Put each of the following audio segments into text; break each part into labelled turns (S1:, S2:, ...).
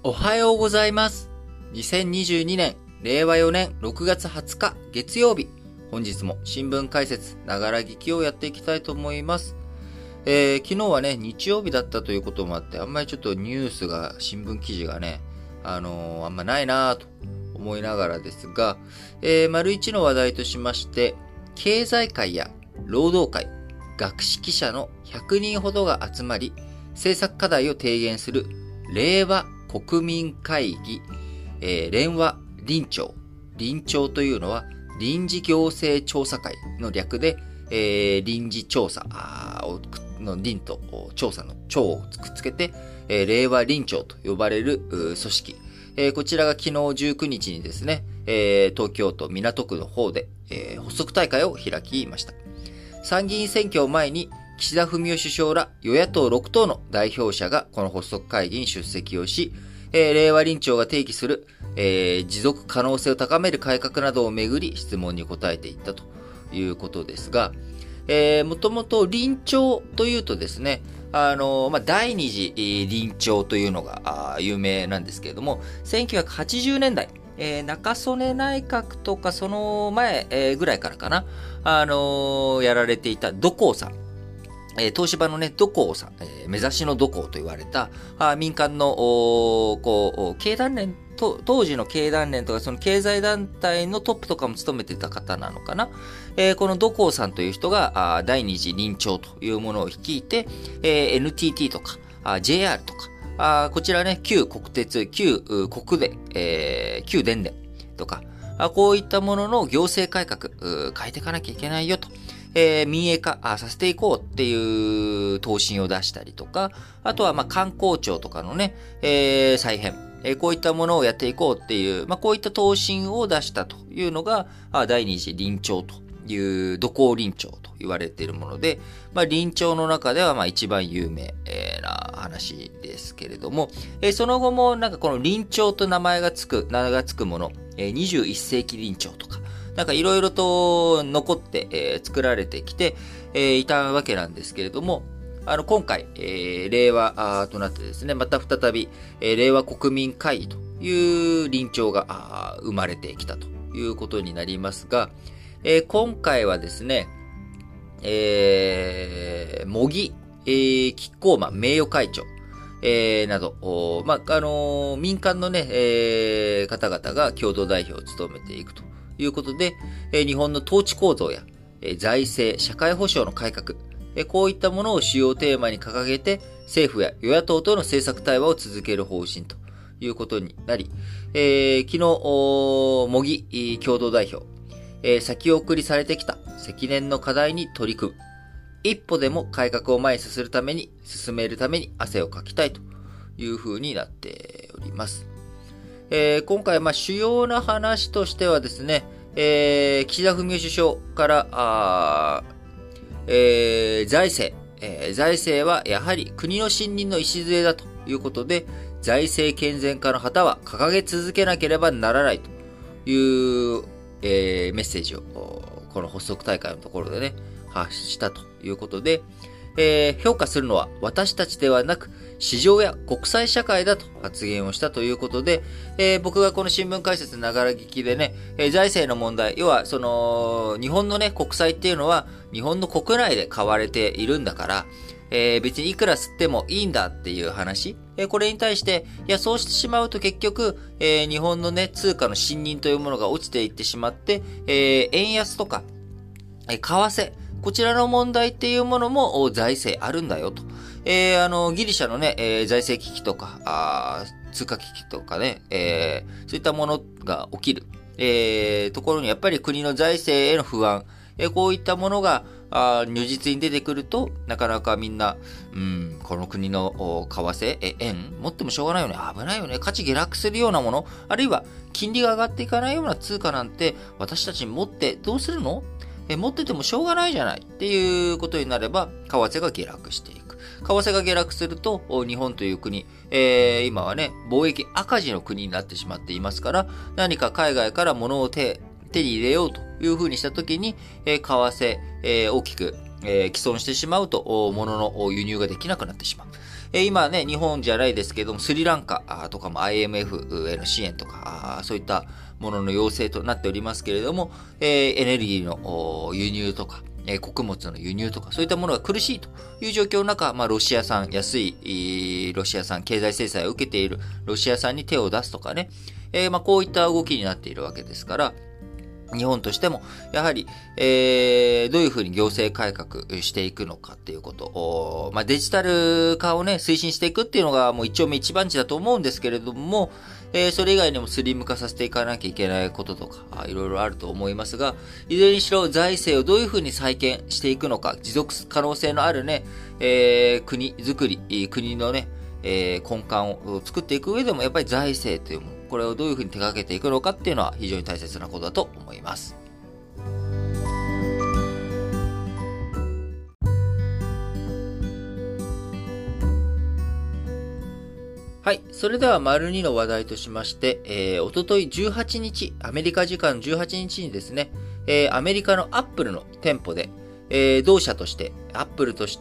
S1: おはようございます。2022年、令和4年6月20日月曜日。本日も新聞解説、ながら聞きをやっていきたいと思います。昨日はね、日曜日だったということもあって、あんまりちょっとニュースが、新聞記事がね、あんまないなぁと思いながらですが、丸一の話題としまして、経済界や労働界、学識者の100人ほどが集まり、政策課題を提言する令和国民会議、令和臨調。臨調というのは臨時行政調査会の略で、臨時調査の臨と調査の調をくっつけて、令和臨調と呼ばれる組織。こちらが昨日19日にですね、東京都港区の方で、発足大会を開きました。参議院選挙を前に岸田文雄首相ら与野党6党の代表者がこの発足会議に出席をし、令和臨調が提起する、持続可能性を高める改革などをめぐり質問に答えていったということですが、もともと臨調というとですね、第二次臨調というのが有名なんですけれども、1980年代、中曽根内閣とかその前、ぐらいからかな、やられていた土光さん。東芝のね、土光さん、目指しの土光と言われた、民間の、経団連当時の経団連とかその経済団体のトップとかも務めてた方なのかな。この土光さんという人が、第二次臨調というものを率いて、NTT とか、JR とか、こちらね、旧国鉄、旧国電、旧電電とか、こういったものの行政改革、変えていかなきゃいけないよと。民営化させていこうっていう答申を出したりとか、あとは観光庁とかのね、再編、こういったものをやっていこうっていう、こういった答申を出したというのが、第二次臨調という土光臨調と言われているもので、臨調の中では一番有名な話ですけれども、その後もこの臨調と名がつくもの、21世紀臨調とか、いろいろと残って、作られてきて、いたわけなんですけれども、今回、令和となってですね、また再び、令和国民会議という臨調が生まれてきたということになりますが、今回はですね、茂木、キッコーマン名誉会長、など、民間のね、方々が共同代表を務めていくということで、日本の統治構造や、財政、社会保障の改革、こういったものを主要テーマに掲げて、政府や与野党との政策対話を続ける方針ということになり、昨日、茂木共同代表、先送りされてきた積年の課題に取り組む。一歩でも改革を前に進めるために汗をかきたいという風になっております。今回、主要な話としてはですね、岸田文雄首相から、財政はやはり国の信任の礎だということで、財政健全化の旗は掲げ続けなければならないという、メッセージを、この発足大会のところでね、発したということで、評価するのは私たちではなく市場や国際社会だと発言をしたということで、僕がこの新聞解説ながら聞きでね、財政の問題、要はその日本のね国債っていうのは日本の国内で買われているんだから、別にいくら吸ってもいいんだっていう話、これに対して、いやそうしてしまうと結局、日本のね通貨の信任というものが落ちていってしまって、円安とか、為替こちらの問題っていうものも財政あるんだよと。ギリシャのね、財政危機とか、通貨危機とかね、そういったものが起きる、ところにやっぱり国の財政への不安、こういったものが如実に出てくると、なかなかみんな、この国の為替、円持ってもしょうがないよね、危ないよね、価値下落するようなもの、あるいは金利が上がっていかないような通貨なんて私たちに持ってどうするの？持っててもしょうがないじゃないっていうことになれば、為替が下落していく。為替が下落すると、日本という国、今はね、貿易赤字の国になってしまっていますから、何か海外から物を手に入れようというふうにしたときに、為替、大きく既存してしまうと、物の輸入ができなくなってしまう。今ね、日本じゃないですけども、スリランカとかも IMF への支援とか、そういったものの要請となっておりますけれども、エネルギーの輸入とか、穀物の輸入とか、そういったものが苦しいという状況の中、ロシア産、安い、ロシア産、経済制裁を受けているロシア産に手を出すとかね、こういった動きになっているわけですから、日本としても、やはり、どういうふうに行政改革していくのかっていうこと、デジタル化をね、推進していくっていうのがもう一丁目一番地だと思うんですけれども、それ以外にもスリム化させていかなきゃいけないこととか、いろいろあると思いますが、いずれにしろ財政をどういうふうに再建していくのか、持続可能性のあるね、国づくり、国のね、根幹を作っていく上でも、やっぱり財政というもの、これをどういうふうに手掛けていくのかっていうのは非常に大切なことだと思います。はい。それでは、丸2の話題としまして、おととい18日、アメリカ時間18日にですね、アメリカのアップルの店舗で、同社として、アップルとして、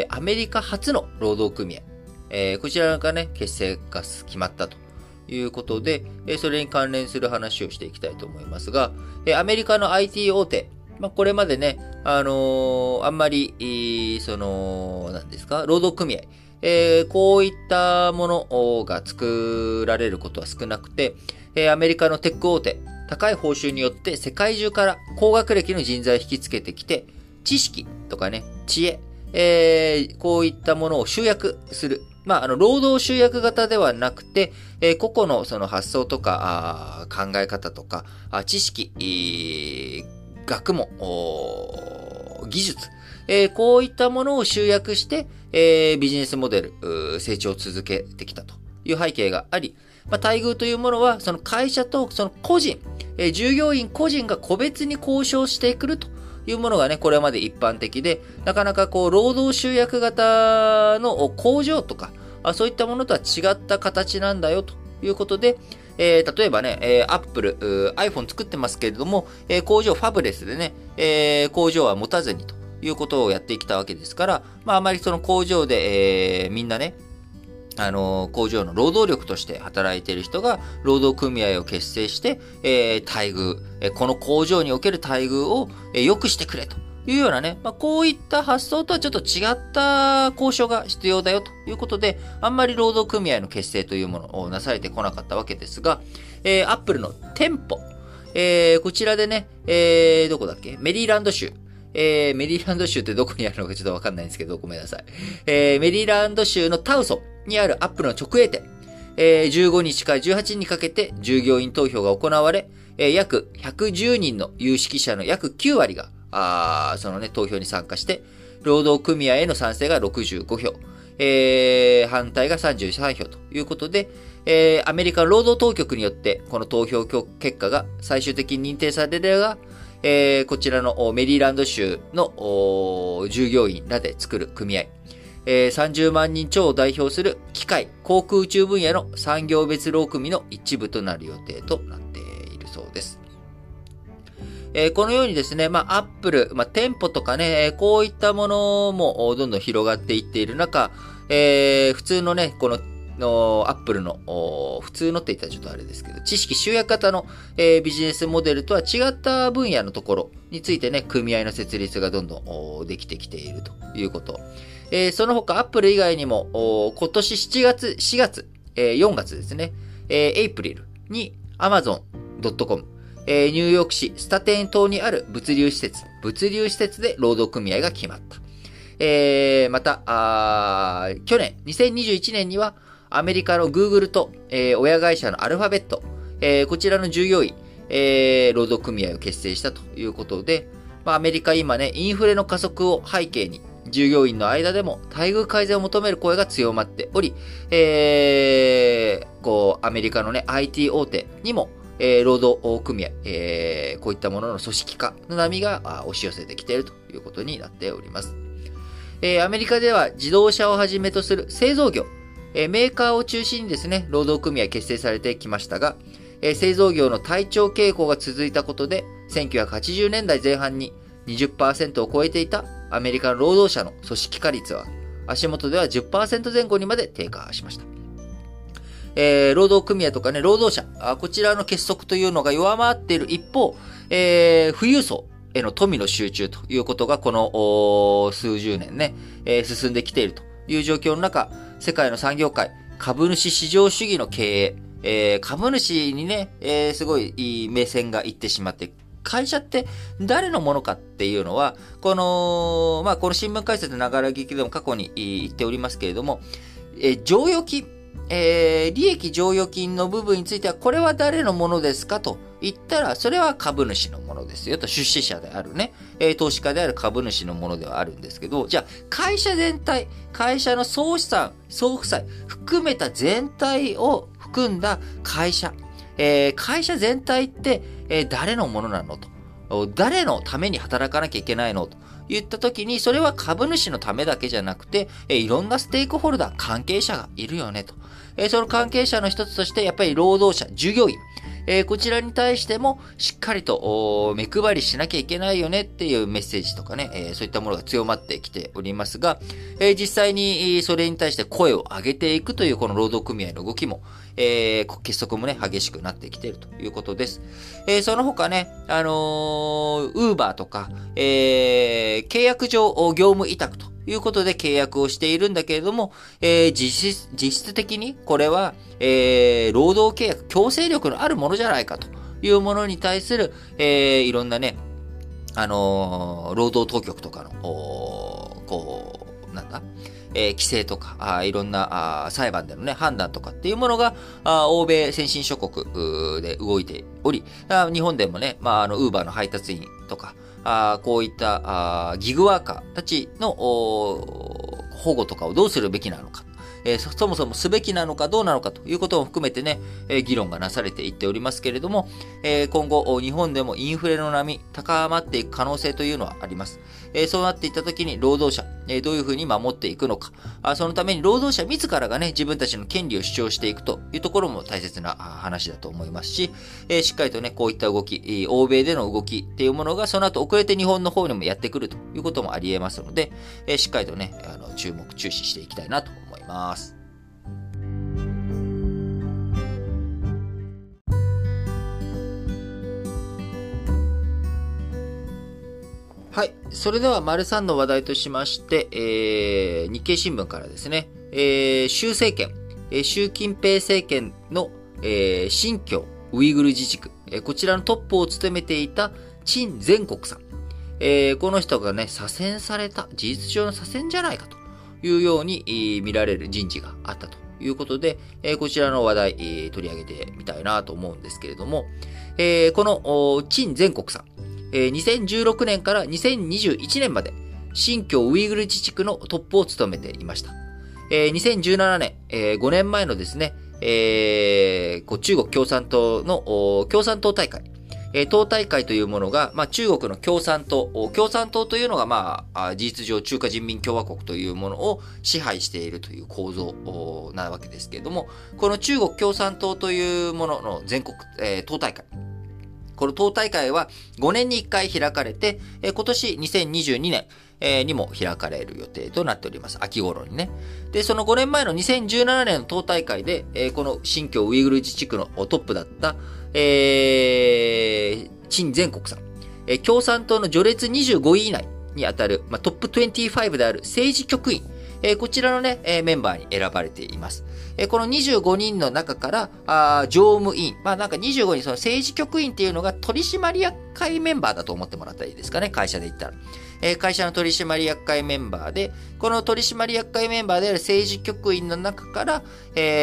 S1: アメリカ初の労働組合、こちらがね、結成が決まったということで、それに関連する話をしていきたいと思いますが、アメリカの IT 大手、これまでね、あんまり、何ですか、労働組合、こういったものが作られることは少なくて、アメリカのテック大手、高い報酬によって世界中から高学歴の人材を引きつけてきて、知識とかね、知恵、こういったものを集約する。労働集約型ではなくて、個々のその発想とか、考え方とか、知識、学問、技術、こういったものを集約して、ビジネスモデル、成長を続けてきたという背景があり、待遇というものは、その会社とその個人、従業員個人が個別に交渉してくるというものがね、これまで一般的で、なかなか労働集約型の工場とか、そういったものとは違った形なんだよということで、例えばね、Apple、iPhone 作ってますけれども、工場ファブレスでね、工場は持たずにということをやってきたわけですから、あまりその工場で、みんなね、工場の労働力として働いている人が労働組合を結成して、待遇、この工場における待遇を、良くしてくれというようなね、こういった発想とはちょっと違った交渉が必要だよということで、あんまり労働組合の結成というものをなされてこなかったわけですが、アップルの店舗、こちらでね、どこだっけ？メリーランド州。メリーランド州ってどこにあるのかちょっとわかんないんですけど、ごめんなさい。メリーランド州のタウソンにあるアップルの直営店。15日から18日にかけて従業員投票が行われ、約110人の有識者の約9割が、そのね、投票に参加して、労働組合への賛成が65票、反対が33票ということで、アメリカの労働当局によって、この投票結果が最終的に認定されるが、こちらのメリーランド州の従業員らで作る組合、30万人超を代表する機械、航空宇宙分野の産業別労組の一部となる予定となっているそうです。このようにですね、アップル、店舗とかね、こういったものもどんどん広がっていっている中、普通のね、このアップルの、普通のって言ったらちょっとあれですけど、知識集約型の、ビジネスモデルとは違った分野のところについてね、組合の設立がどんどんできてきているということ。その他、アップル以外にも、今年4月、4月ですね、エイプリルに Amazon.com、ニューヨーク市スタテイン島にある物流施設で労働組合が決まった。また、去年、2021年には、アメリカの Google と、親会社のアルファベット、こちらの従業員、労働組合を結成したということで、アメリカ今ね、インフレの加速を背景に、従業員の間でも待遇改善を求める声が強まっており、アメリカのね、IT 大手にも、労働組合、こういったものの組織化の波が押し寄せてきているということになっております。アメリカでは自動車をはじめとする製造業、メーカーを中心にですね、労働組合結成されてきましたが、製造業の退潮傾向が続いたことで、1980年代前半に 20% を超えていたアメリカの労働者の組織化率は、足元では 10% 前後にまで低下しました。労働組合とかね、労働者、こちらの結束というのが弱まっている一方、富裕層への富の集中ということがこの数十年ね、進んできているという状況の中、世界の産業界、株主市場主義の経営、株主にね、すごいいい目線がいってしまって、会社って誰のものかっていうのは、この新聞解説ながら聞きでも過去に言っておりますけれども、剰余金、利益剰余金の部分については、これは誰のものですかと言ったら、それは株主のものですよと、出資者であるね、投資家である株主のものではあるんですけど、じゃあ、会社全体、会社の総資産、総負債、含めた全体を含んだ会社、会社全体って、誰のものなのと、誰のために働かなきゃいけないのと言ったときに、それは株主のためだけじゃなくて、いろんなステークホルダー、関係者がいるよねと。その関係者の一つとして、やっぱり労働者、従業員、こちらに対してもしっかりと目配りしなきゃいけないよねっていうメッセージとかね、そういったものが強まってきておりますが、実際にそれに対して声を上げていくというこの労働組合の動きも、結束もね、激しくなってきているということです。その他ね、ウーバーとか、契約上業務委託ということで契約をしているんだけれども、実質的にこれは、労働契約、強制力のあるものじゃないかというものに対する、いろんなね、労働当局とかの、規制とか、いろんな裁判でのね、判断とかっていうものが、欧米先進諸国で動いており、日本でもね、ウーバーの配達員とか、こういったギグワーカーたちの保護とかをどうするべきなのか。そもそもすべきなのかどうなのかということも含めてね、議論がなされていっておりますけれども、今後日本でもインフレの波高まっていく可能性というのはあります。そうなっていったときに労働者、どういうふうに守っていくのか、そのために労働者自らがね、自分たちの権利を主張していくというところも大切な話だと思いますし、しっかりとね、こういった動き、欧米での動きっていうものがその後遅れて日本の方にもやってくるということもあり得ますので、しっかりとね、注視していきたいなと思います。はい。それでは、丸3の話題としまして、日経新聞からですね、習政権、習近平政権の、新疆ウイグル自治区、こちらのトップを務めていた陳全国さん、この人がね、左遷された、事実上の左遷じゃないかというように見られる人事があったということで、こちらの話題、取り上げてみたいなと思うんですけれども、この陳全国さん、2016年から2021年まで新疆ウイグル自治区のトップを務めていました。2017年、5年前のですね、中国共産党の共産党大会、党大会というものが、中国の共産党というのが、事実上中華人民共和国というものを支配しているという構造なわけですけれども、この中国共産党というものの全国、党大会、この党大会は5年に1回開かれて、今年2022年にも開かれる予定となっております。秋頃にね。で、その5年前の2017年の党大会で、この新疆ウイグル自治区のトップだった、陳全国さん、共産党の序列25位以内にあたる、トップ25である政治局員、こちらのね、メンバーに選ばれています。この25人の中から、常務委員。25人、その政治局員っていうのが取締役会メンバーだと思ってもらったらいいですかね、会社で言ったら。会社の取締役会メンバーで、この取締役会メンバーである政治局員の中から、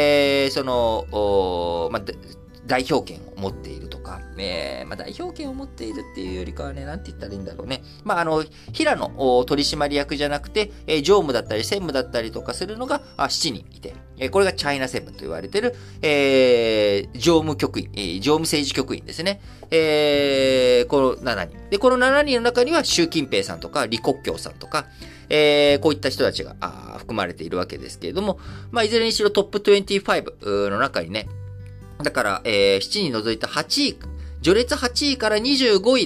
S1: 代表権を持っているとか、代表権を持っているっていうよりかはね、なんて言ったらいいんだろうね。平野取締役じゃなくて、常務だったり専務だったりとかするのが7人いて、これがチャイナセブンと言われている、常務局員、常務政治局員ですね。この7人。で、この7人の中には習近平さんとか李克強さんとか、こういった人たちが含まれているわけですけれども、いずれにしろトップ25の中にね、だから、7人除いた8位、序列8位から25位の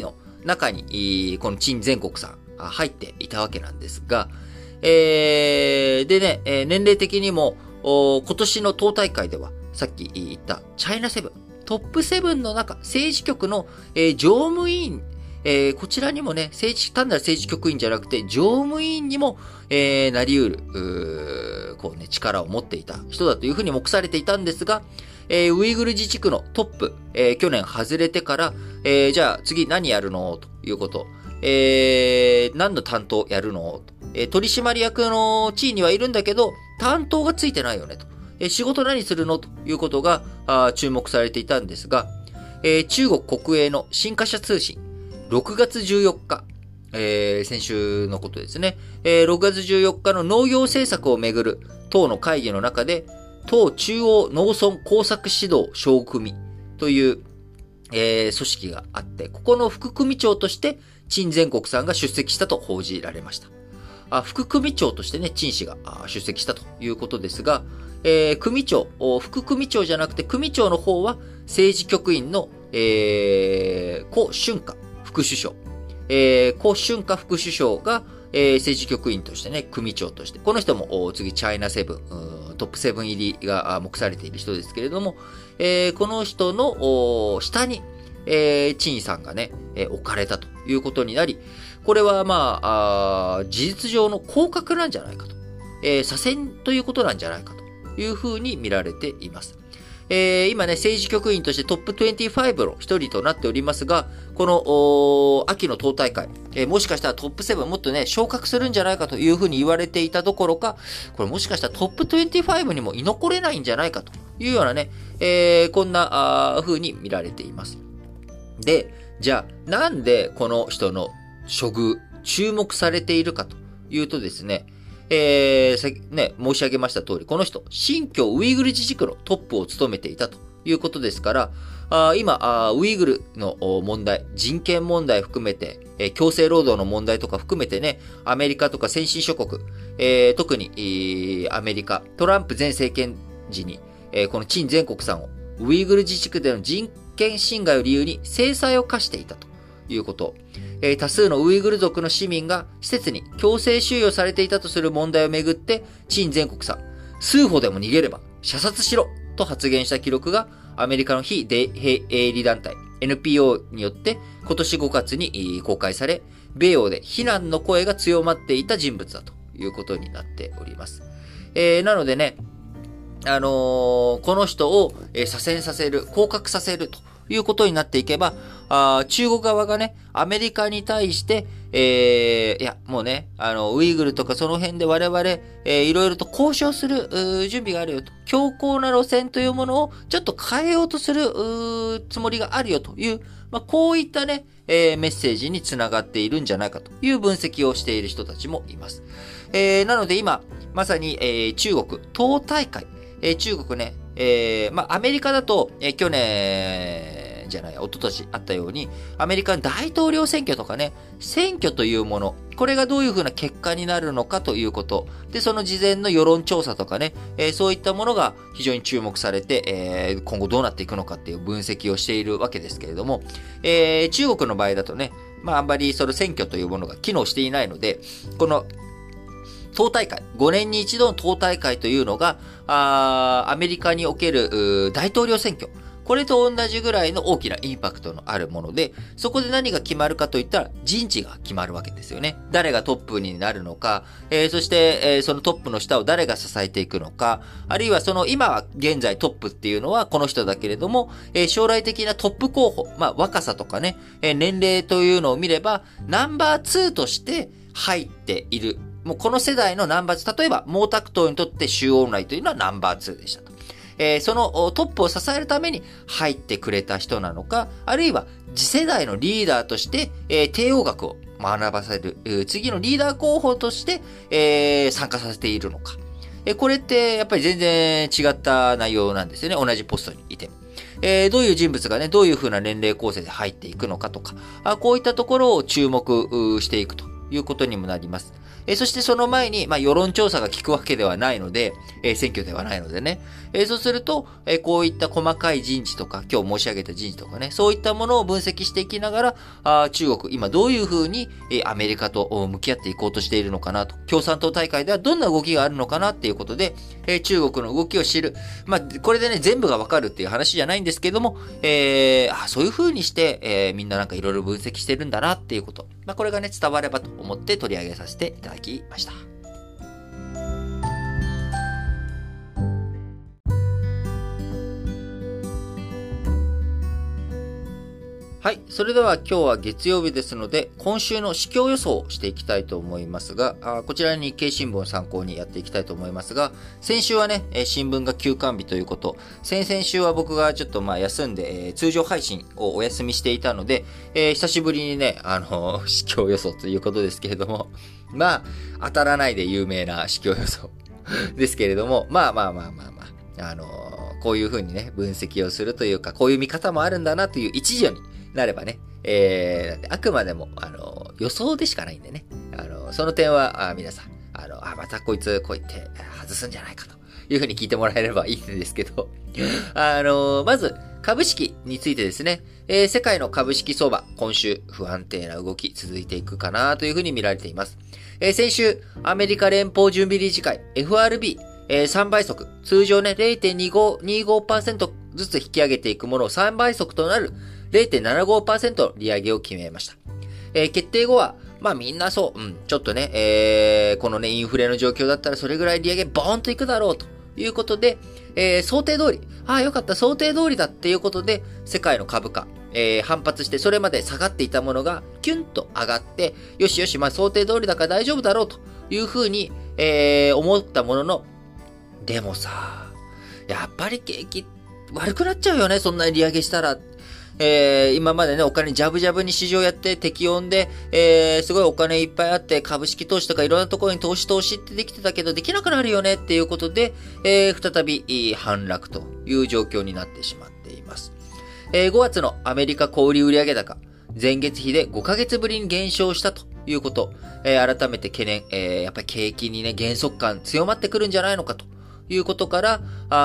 S1: 中に、この陳全国さん入っていたわけなんですが、でね、年齢的にも、今年の党大会では、さっき言ったチャイナセブン、トップ7の中、政治局の、常務委員、こちらにもね、単なる政治局員じゃなくて、常務委員にも、なり得る、こうね、力を持っていた人だというふうに目されていたんですが、ウイグル自治区のトップ、去年外れてから、じゃあ次何やるのということ。何の担当やるのと、取締役の地位にはいるんだけど、担当がついてないよねと。仕事何するのということが注目されていたんですが、中国国営の新華社通信、6月14日、先週のことですね。6月14日の農業政策をめぐる党の会議の中で、党中央農村工作指導小組という、組織があって、ここの副組長として陳全国さんが出席したと報じられました。副組長としてね、陳氏が出席したということですが、組長、副組長じゃなくて組長の方は政治局員の、胡春華副首相。胡春華副首相が、政治局員としてね、組長として。この人も次チャイナセブン、トップ7入りが目されている人ですけれども、この人の下に、陳さんがね、置かれたということになり、これは事実上の降格なんじゃないかと。左遷ということなんじゃないかというふうに見られています。今ね、政治局員としてトップ25の一人となっておりますが、この秋の党大会、もしかしたらトップ7もっとね、昇格するんじゃないかというふうに言われていたどころか、これもしかしたらトップ25にも居残れないんじゃないかというようなね、こんな風に見られています。で、じゃあ、なんでこの人の処遇、注目されているかというとですね、申し上げました通り、この人、新疆ウイグル自治区のトップを務めていたということですから、今、ウイグルの問題、人権問題含めて、強制労働の問題とか含めてね、アメリカとか先進諸国、特に、アメリカ、トランプ前政権時に、この陳全国さんをウイグル自治区での人権侵害を理由に制裁を科していたということ。多数のウイグル族の市民が施設に強制収容されていたとする問題をめぐって、陳全国さん、数歩でも逃げれば射殺しろと発言した記録がアメリカの非営利団体 NPO によって今年5月に公開され、米欧で非難の声が強まっていた人物だということになっております。なのでね、この人を左遷させる、降格させるということになっていけば、中国側がね、アメリカに対して、いや、もうね、ウイグルとかその辺で我々、いろいろと交渉する準備があるよと。強硬な路線というものをちょっと変えようとするつもりがあるよという、こういったね、メッセージにつながっているんじゃないかという分析をしている人たちもいます。なので今、まさに、中国、党大会、中国ね、アメリカだと、去年、一昨年あったように、アメリカの大統領選挙とかね、選挙というもの、これがどういうふうな結果になるのかということ、で、その事前の世論調査とかね、そういったものが非常に注目されて、今後どうなっていくのかっていう分析をしているわけですけれども、中国の場合だとね、あんまりその選挙というものが機能していないので、この党大会、5年に一度の党大会というのが、アメリカにおける大統領選挙、これと同じぐらいの大きなインパクトのあるもので、そこで何が決まるかといったら人事が決まるわけですよね。誰がトップになるのか、そして、そのトップの下を誰が支えていくのか、あるいはその今は現在トップっていうのはこの人だけれども、将来的なトップ候補、若さとかね、年齢というのを見ればナンバー2として入っている。もうこの世代のナンバー2、例えば毛沢東にとって周恩来というのはナンバー2でしたと。そのトップを支えるために入ってくれた人なのか、あるいは次世代のリーダーとして、帝王学を学ばせる、次のリーダー候補として、参加させているのか。これってやっぱり全然違った内容なんですよね。同じポストにいても。どういう人物がね、どういう風な年齢構成で入っていくのかとか、こういったところを注目していくということにもなります。 そしてその前に、世論調査が効くわけではないので、選挙ではないのでね。そうすると、こういった細かい人事とか、今日申し上げた人事とかね、そういったものを分析していきながら、中国、今どういうふうに、アメリカと向き合っていこうとしているのかなと、共産党大会ではどんな動きがあるのかなっていうことで、中国の動きを知る。これでね、全部がわかるっていう話じゃないんですけども、そういうふうにして、みんななんかいろいろ分析してるんだなっていうこと。これがね、伝わればと思って取り上げさせていただきました。はい。それでは今日は月曜日ですので、今週の市況予想をしていきたいと思いますが、こちらに日経新聞を参考にやっていきたいと思いますが、先週はね、新聞が休刊日ということ、先々週は僕がちょっと休んで、通常配信をお休みしていたので、久しぶりにね、市況予想ということですけれども、当たらないで有名な市況予想ですけれども、こういうふうにね、分析をするというか、こういう見方もあるんだなという一助になればね、あくまでも、予想でしかないんでね、その点は、皆さん、またこいつ、こう言って外すんじゃないかというふうに聞いてもらえればいいんですけど、まず、株式についてですね、世界の株式相場、今週、不安定な動き続いていくかなというふうに見られています。先週、アメリカ連邦準備理事会、FRB、3倍速、通常ね、0.25% ずつ引き上げていくものを3倍速となる 0.75% 利上げを決めました。決定後は、みんなそう、ちょっとね、このね、インフレの状況だったらそれぐらい利上げボーンといくだろうということで、想定通り、よかった、想定通りだっていうことで、世界の株価、反発して、それまで下がっていたものが、キュンと上がって、よしよし、想定通りだから大丈夫だろうというふうに、思ったものの、でもさ、やっぱり景気悪くなっちゃうよね、そんなに利上げしたら。今までね、お金ジャブジャブに市場やって適温で、すごいお金いっぱいあって株式投資とかいろんなところに投資ってできてたけどできなくなるよねっていうことで、再び反落という状況になってしまっています。5月のアメリカ小売売上高、前月比で5ヶ月ぶりに減少したということ、改めて懸念、やっぱり景気にね、減速感強まってくるんじゃないのかということから、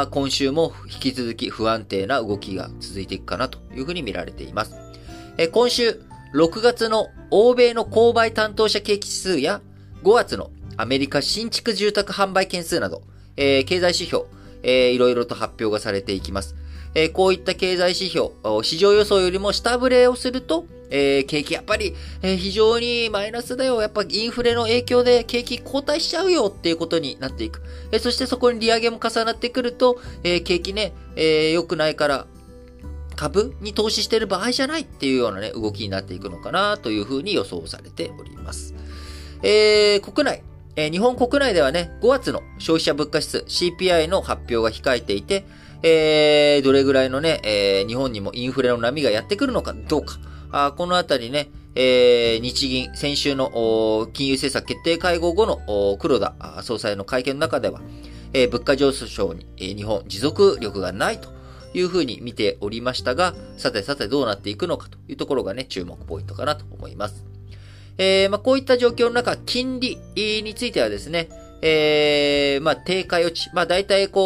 S1: 今週も引き続き不安定な動きが続いていくかなというふうに見られています。今週、6月の欧米の購買担当者景気指数や5月のアメリカ新築住宅販売件数など、経済指標、いろいろと発表がされていきます。こういった経済指標、市場予想よりも下振れをすると、景気やっぱり、非常にマイナスだよ。やっぱインフレの影響で景気後退しちゃうよっていうことになっていく。そしてそこに利上げも重なってくると、景気ね、良くないから株に投資している場合じゃないっていうようなね、動きになっていくのかなというふうに予想されております。国内、日本国内ではね、5月の消費者物価指数 CPI の発表が控えていて、どれぐらいのね、日本にもインフレの波がやってくるのかどうか。このあたりね、日銀、先週の金融政策決定会合後の黒田総裁の会見の中では、物価上昇に日本持続力がないというふうに見ておりましたが、さてどうなっていくのかというところがね、注目ポイントかなと思います。こういった状況の中、金利についてはですね、低下余地、だいたい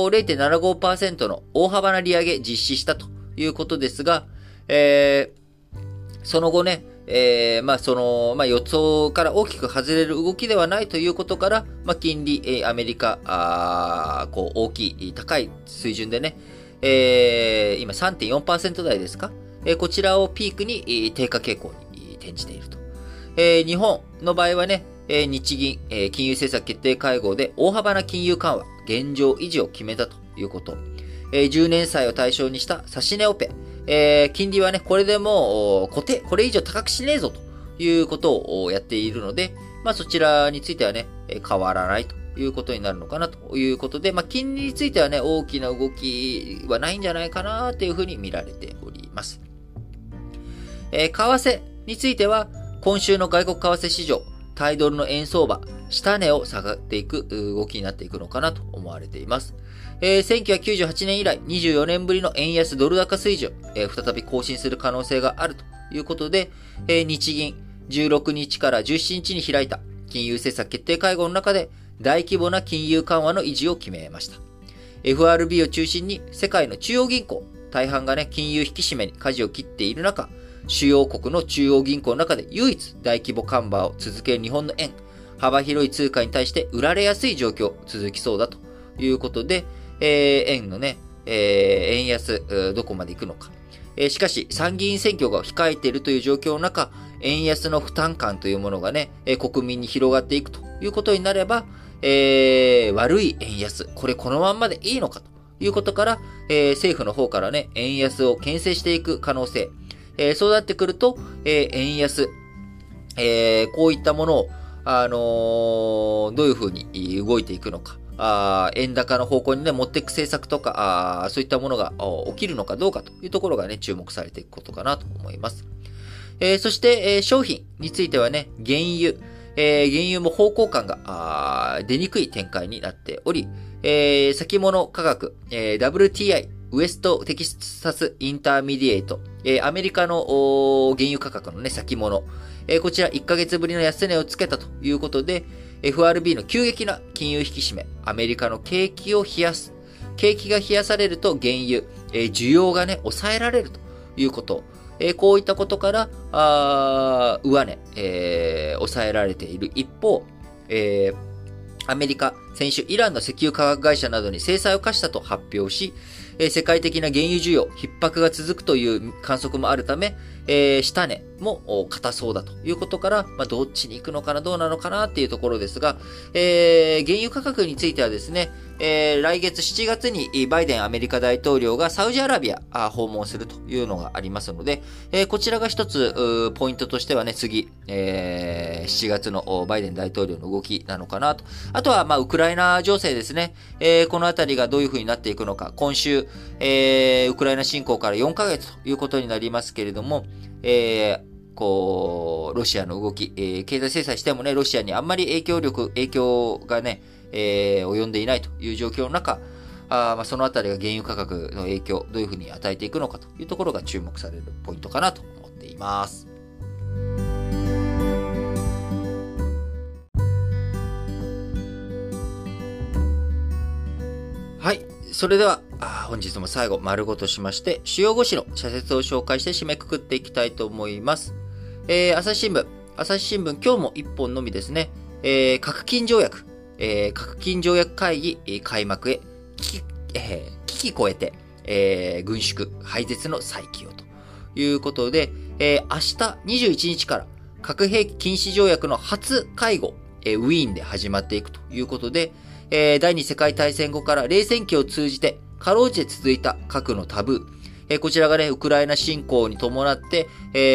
S1: 0.75% の大幅な利上げ実施したということですが、その後ね、予想から大きく外れる動きではないということから、金利、アメリカ、大きい、高い水準でね、今 3.4% 台ですか、こちらをピークに低下傾向に転じていると。日本の場合はね、日銀、金融政策決定会合で大幅な金融緩和、現状維持を決めたということ。10年債を対象にした指値オペ。金利はね、これでも固定、これ以上高くしねえぞということをやっているので、そちらについてはね、変わらないということになるのかなということで、金利についてはね、大きな動きはないんじゃないかなというふうに見られております。為替については、今週の外国為替市場、対ドルの円相場、下値を下がっていく動きになっていくのかなと思われています。1998年以来24年ぶりの円安ドル高水準、再び更新する可能性があるということで、日銀16日から17日に開いた金融政策決定会合の中で大規模な金融緩和の維持を決めました。FRB を中心に世界の中央銀行、大半がね、金融引き締めに舵を切っている中、主要国の中央銀行の中で唯一大規模緩和を続ける日本の円、幅広い通貨に対して売られやすい状況続きそうだということで、円のね、円安、どこまで行くのか。しかし、参議院選挙が控えているという状況の中、円安の負担感というものがね、国民に広がっていくということになれば、悪い円安、このまんまでいいのかということから、政府の方からね、円安を牽制していく可能性。そうなってくると、円安、こういったものを、どういうふうに動いていくのか。円高の方向にね、持っていく政策とか、そういったものが起きるのかどうかというところがね、注目されていくことかなと思います。そして、商品についてはね、原油。原油も方向感が出にくい展開になっており、先物価格、WTI、ウエストテキサスインターミディエイト、アメリカの原油価格のね、先物、こちら1ヶ月ぶりの安値をつけたということで、FRB の急激な金融引き締め、アメリカの景気を冷やす。景気が冷やされると原油、需要がね、抑えられるということ。こういったことから、上値、抑えられている一方、アメリカ、先週イランの石油化学会社などに制裁を科したと発表し、世界的な原油需要、逼迫が続くという観測もあるため、下値も硬そうだということから、どっちに行くのかな、どうなのかなっていうところですが、原油価格についてはですね、来月7月にバイデンアメリカ大統領がサウジアラビア訪問するというのがありますので、こちらが一つポイントとしてはね、次、7月のバイデン大統領の動きなのかなと。あとは、ウクライナ情勢ですね。このあたりがどういう風になっていくのか。今週、ウクライナ侵攻から4ヶ月ということになりますけれども、ロシアの動き、経済制裁してもね、ロシアにあんまり影響がね、及んでいないという状況の中、そのあたりが原油価格の影響、どういうふうに与えていくのかというところが注目されるポイントかなと思っています。はい。それでは、本日も最後、丸ごとしまして、主要5紙の社説を紹介して締めくくっていきたいと思います。朝日新聞、今日も1本のみですね。核禁条約会議開幕へ、危機超えて、軍縮、廃絶の再起用ということで、明日21日から核兵器禁止条約の初会合、ウィーンで始まっていくということで、第二次世界大戦後から冷戦期を通じて、かろうじて続いた核のタブー。こちらがね、ウクライナ侵攻に伴って、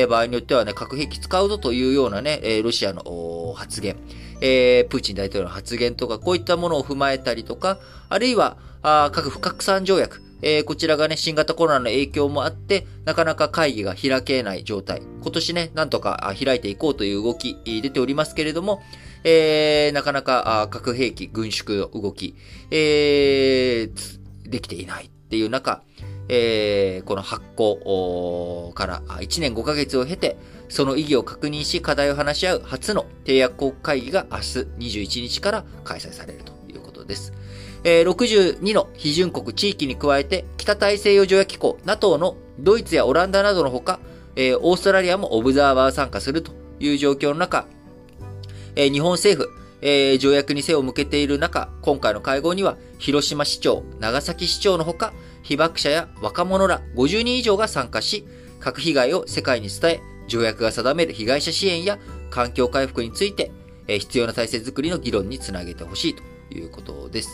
S1: 場合によってはね、核兵器使うぞというようなね、ロシアの発言、プーチン大統領の発言とか、こういったものを踏まえたりとか、あるいは、核不拡散条約、こちらがね、新型コロナの影響もあって、なかなか会議が開けない状態。今年ね、なんとか開いていこうという動き、出ておりますけれども、なかなか核兵器軍縮の動き、できていないっていう中、この発行から1年5ヶ月を経て、その意義を確認し課題を話し合う初の締約国会議が明日21日から開催されるということです。62の批准国地域に加えて北大西洋条約機構 NATO のドイツやオランダなどのほか、オーストラリアもオブザーバー参加するという状況の中、日本政府、条約に背を向けている中、今回の会合には広島市長、長崎市長のほか、被爆者や若者ら50人以上が参加し、核被害を世界に伝え、条約が定める被害者支援や環境回復について、必要な体制づくりの議論につなげてほしいということです。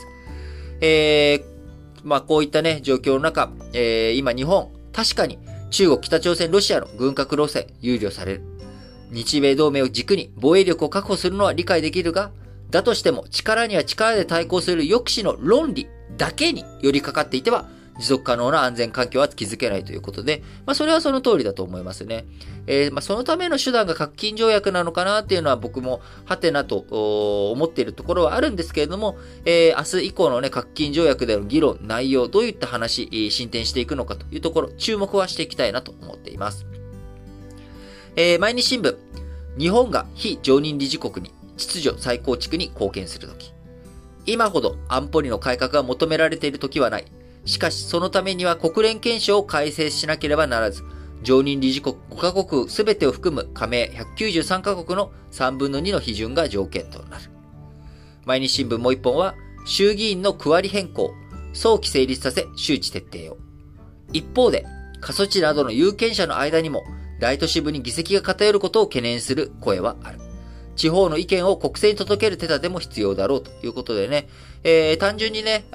S1: こういったね、状況の中、今日本、確かに中国、北朝鮮、ロシアの軍拡路線、憂慮される。日米同盟を軸に防衛力を確保するのは理解できるが、だとしても力には力で対抗する抑止の論理だけに寄りかかっていては、持続可能な安全環境は築けないということで、それはその通りだと思いますね。そのための手段が核禁条約なのかなっていうのは僕もはてなと思っているところはあるんですけれども、明日以降のね、核禁条約での議論、内容、どういった話、進展していくのかというところ、注目はしていきたいなと思っています。毎日新聞、日本が非常任理事国に秩序再構築に貢献するとき。今ほど安保理の改革が求められているときはない。しかし、そのためには国連憲章を改正しなければならず、常任理事国5カ国すべてを含む加盟193カ国の3分の2の批准が条件となる。毎日新聞もう一本は、衆議院の区割り変更、早期成立させ周知徹底を。一方で、過疎地などの有権者の間にも、大都市部に議席が偏ることを懸念する声はある。地方の意見を国政に届ける手立ても必要だろうということでね、単純にね、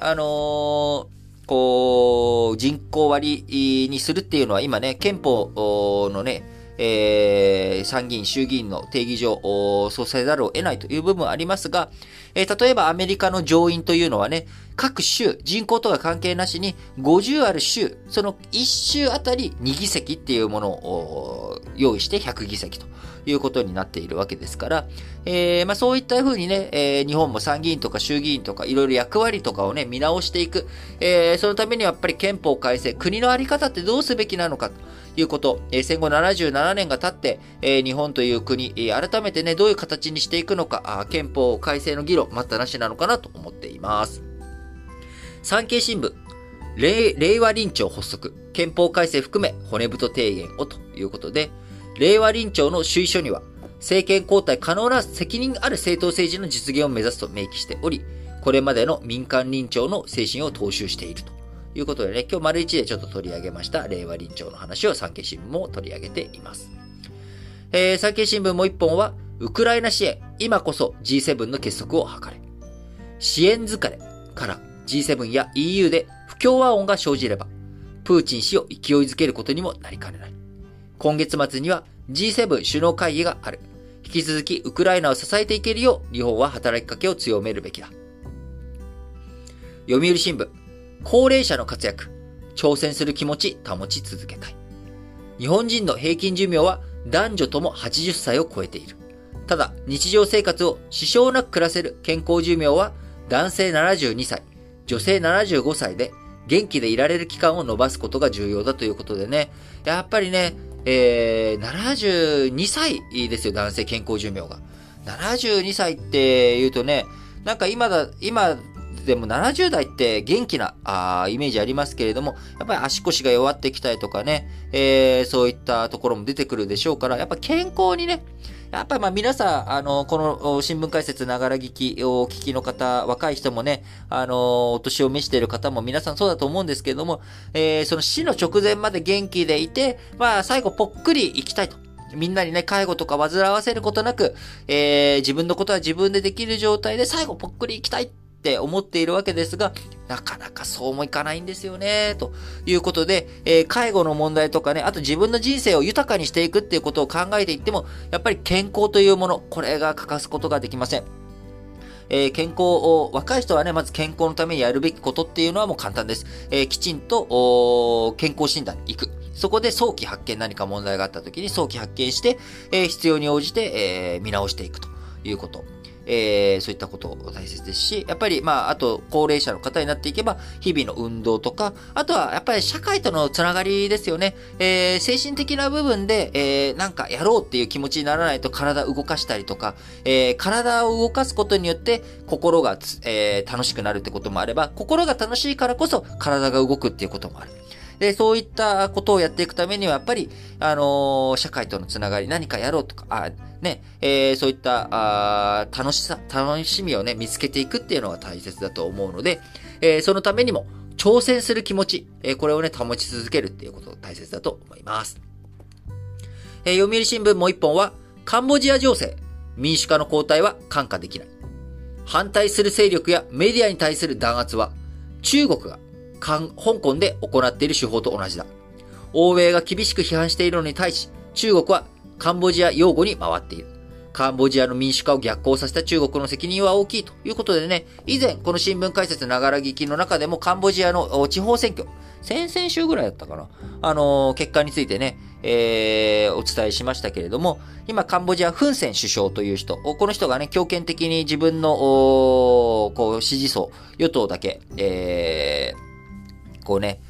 S1: 人口割にするっていうのは今ね、憲法のね、参議院、衆議院の定義上、そうせざるを得ないという部分はありますが、例えばアメリカの上院というのはね、各州、人口とか関係なしに50ある州、その1州あたり2議席っていうものを用意して100議席ということになっているわけですから、そういった風にね、日本も参議院とか衆議院とかいろいろ役割とかをね、見直していく。そのためにはやっぱり憲法改正、国のあり方ってどうすべきなのかということ、戦後77年が経って、日本という国、改めてね、どういう形にしていくのか、憲法改正の議論、待ったなしなのかなと思っています。産経新聞、令和臨調発足、憲法改正含め骨太提言をということで、令和臨調の首位書には、政権交代可能な責任ある政党政治の実現を目指すと明記しており、これまでの民間臨調の精神を踏襲しているということでね、今日丸一でちょっと取り上げました令和臨調の話を産経新聞も取り上げています。産経新聞もう一本は、ウクライナ支援、今こそ G7 の結束を図れ。支援疲れから G7 や EU で不協和音が生じれば、プーチン氏を勢いづけることにもなりかねない。今月末には G7 首脳会議がある。引き続きウクライナを支えていけるよう日本は働きかけを強めるべきだ。読売新聞、高齢者の活躍、挑戦する気持ち保ち続けたい。日本人の平均寿命は男女とも80歳を超えている。ただ、日常生活を支障なく暮らせる健康寿命は男性72歳、女性75歳で元気でいられる期間を伸ばすことが重要だということでね、やっぱりね、72歳ですよ、男性健康寿命が。72歳って言うとね、なんか今でも70代って元気なイメージありますけれども、やっぱり足腰が弱ってきたりとかね、そういったところも出てくるでしょうから、やっぱ健康にね、やっぱり皆さん、この新聞解説ながら聞きをお聞きの方、若い人もね、お年を召している方も皆さんそうだと思うんですけれども、その死の直前まで元気でいて、最後ぽっくり生きたいと。みんなにね、介護とか煩わせることなく、自分のことは自分でできる状態で最後ぽっくり生きたいって思っているわけですが、なかなかそうもいかないんですよね、ということで、介護の問題とかね、あと自分の人生を豊かにしていくっていうことを考えていっても、やっぱり健康というもの、これが欠かすことができません。健康を、若い人はね、まず健康のためにやるべきことっていうのはもう簡単です。きちんと、健康診断に行く。そこで早期発見、何か問題があった時に早期発見して、必要に応じて、見直していくということ。そういったこと大切ですし、やっぱりあと高齢者の方になっていけば、日々の運動とか、あとはやっぱり社会とのつながりですよね。精神的な部分で、なんかやろうっていう気持ちにならないと体を動かしたりとか、体を動かすことによって心が、楽しくなるってこともあれば、心が楽しいからこそ体が動くっていうこともある。で、そういったことをやっていくためには、やっぱり、社会とのつながり、何かやろうとか、そういった楽しみをね、見つけていくっていうのが大切だと思うので、そのためにも、挑戦する気持ち、これをね、保ち続けるっていうことが大切だと思います。読売新聞もう一本は、カンボジア情勢、民主化の後退は看過できない。反対する勢力やメディアに対する弾圧は、中国が香港で行っている手法と同じだ。欧米が厳しく批判しているのに対し、中国はカンボジア擁護に回っている。カンボジアの民主化を逆行させた中国の責任は大きいということでね、以前この新聞解説ながら聞きの中でもカンボジアの地方選挙、先々週ぐらいだったかな、結果についてね、お伝えしましたけれども、今カンボジアフン・セン首相という人、この人がね、強権的に自分の支持層、与党だけ、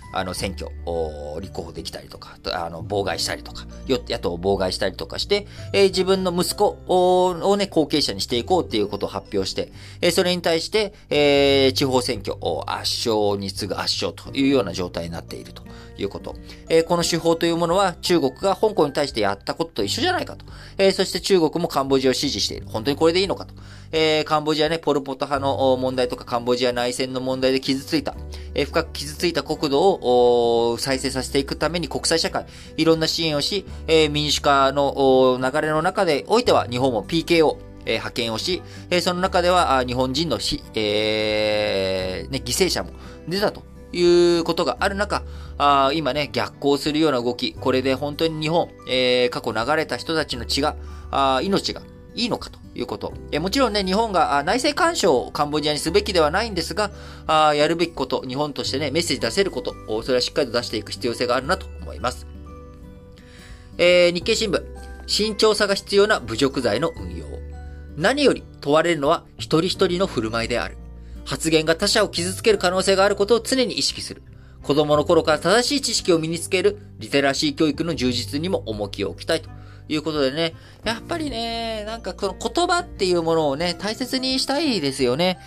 S1: 選挙を立候補できたりとか、妨害したりとか、野党を妨害したりとかして、自分の息子をね、後継者にしていこうっていうことを発表して、それに対して、地方選挙を圧勝に次ぐ圧勝というような状態になっているということ。この手法というものは中国が香港に対してやったことと一緒じゃないかと。そして中国もカンボジアを支持している。本当にこれでいいのかと。カンボジアね、ポルポト派の問題とかカンボジア内戦の問題で傷ついた、深く傷ついた国土を再生させていくために国際社会、いろんな支援をし、民主化の流れの中でおいては日本も PKO、派遣をし、その中では日本人の犠牲者も出たということがある中、今ね、逆行するような動き、これで本当に日本、過去流れた人たちの血が、命がいいのかということ。もちろんね、日本が内政干渉をカンボジアにすべきではないんですが、やるべきこと、日本としてね、メッセージ出せること、それはしっかりと出していく必要性があるなと思います。日経新聞、慎重さが必要な侮辱罪の運用。何より問われるのは一人一人の振る舞いである。発言が他者を傷つける可能性があることを常に意識する。子供の頃から正しい知識を身につけるリテラシー教育の充実にも重きを置きたいということでね。やっぱりね、なんかこの言葉っていうものをね、大切にしたいですよね。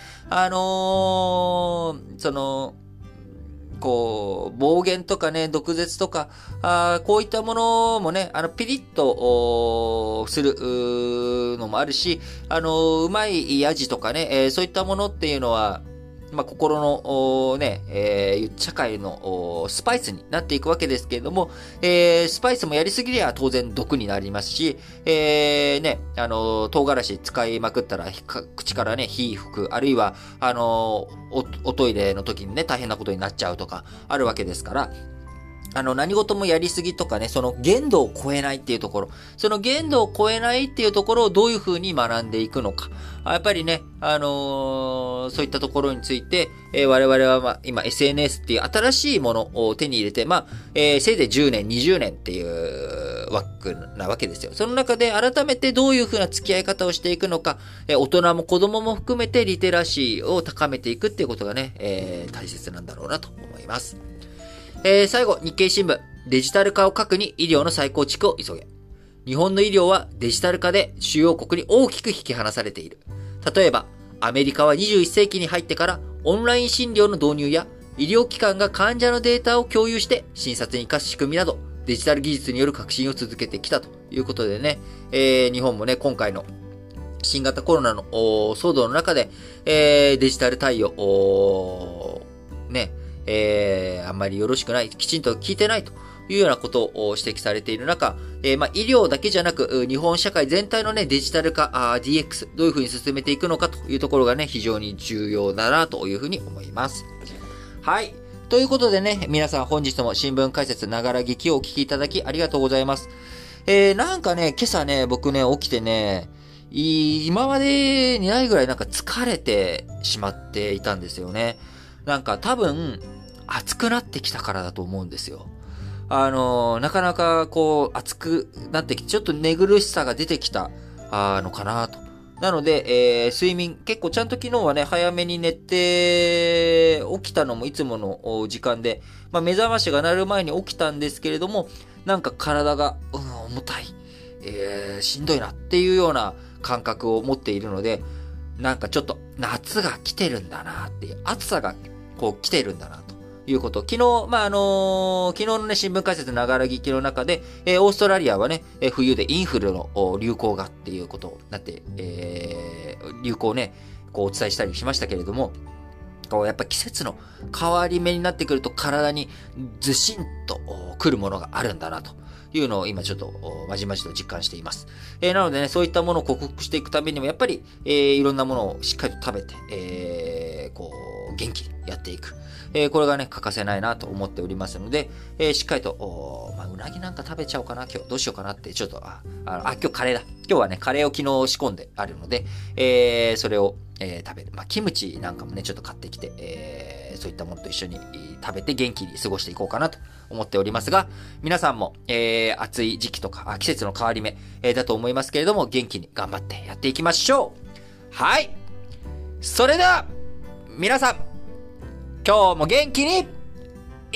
S1: 暴言とかね、毒舌とか、こういったものもね、ピリッとするのもあるし、うまいヤジとかね、そういったものっていうのは、心の社会のスパイスになっていくわけですけれども、スパイスもやりすぎりゃ当然毒になりますし、唐辛子使いまくったら口からね、火吹く、あるいは、おトイレの時にね、大変なことになっちゃうとか、あるわけですから、何事もやりすぎとかね、その限度を超えないっていうところ、その限度を超えないっていうところをどういうふうに学んでいくのか。やっぱりね、そういったところについて、我々は今 SNS っていう新しいものを手に入れて、せいぜい10年、20年っていう枠なわけですよ。その中で改めてどういうふうな付き合い方をしていくのか、大人も子供も含めてリテラシーを高めていくっていうことがね、大切なんだろうなと思います。最後、日経新聞。デジタル化を核に医療の再構築を急げ。日本の医療はデジタル化で主要国に大きく引き離されている。例えば、アメリカは21世紀に入ってからオンライン診療の導入や医療機関が患者のデータを共有して診察に活かす仕組みなどデジタル技術による革新を続けてきたということでね、日本もね、今回の新型コロナの騒動の中で、デジタル対応あんまりよろしくない、きちんと聞いてないというようなことを指摘されている中、医療だけじゃなく、日本社会全体のね、デジタル化、DX、どういうふうに進めていくのかというところがね、非常に重要だなというふうに思います。はい。ということでね、皆さん本日も新聞解説ながら聞きをお聞きいただきありがとうございます。なんかね、今朝ね、僕ね、起きてね、今までにないぐらいなんか疲れてしまっていたんですよね。なんか多分、暑くなってきたからだと思うんですよ。なかなか暑くなってきて、ちょっと寝苦しさが出てきた、のかなと。なので、睡眠、結構ちゃんと昨日はね、早めに寝て、起きたのもいつもの時間で、目覚ましが鳴る前に起きたんですけれども、なんか体が、重たい、しんどいなっていうような感覚を持っているので、なんかちょっと夏が来てるんだなっていう、暑さが来てるんだなということ。昨日、昨日のね、新聞解説ながら聞きの中で、オーストラリアはね、冬でインフルの流行がっていうことになって、流行をね、お伝えしたりしましたけれども、やっぱ季節の変わり目になってくると体にずしんと来るものがあるんだなというのを今ちょっとまじまじと実感しています。なのでね、そういったものを克服していくためにもやっぱり、いろんなものをしっかりと食べて、元気にやっていく。これがね、欠かせないなと思っておりますので、しっかりと、うなぎなんか食べちゃおうかな、今日。どうしようかなって、ちょっと、今日カレーだ。今日はね、カレーを昨日仕込んであるので、それを、食べる。キムチなんかもね、ちょっと買ってきて、そういったものと一緒に食べて元気に過ごしていこうかなと思っておりますが、皆さんも、暑い時期とか、季節の変わり目、だと思いますけれども、元気に頑張ってやっていきましょう。はい。それでは、皆さん、今日も元気にいって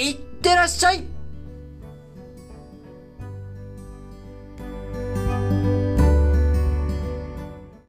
S1: ってらっしゃい。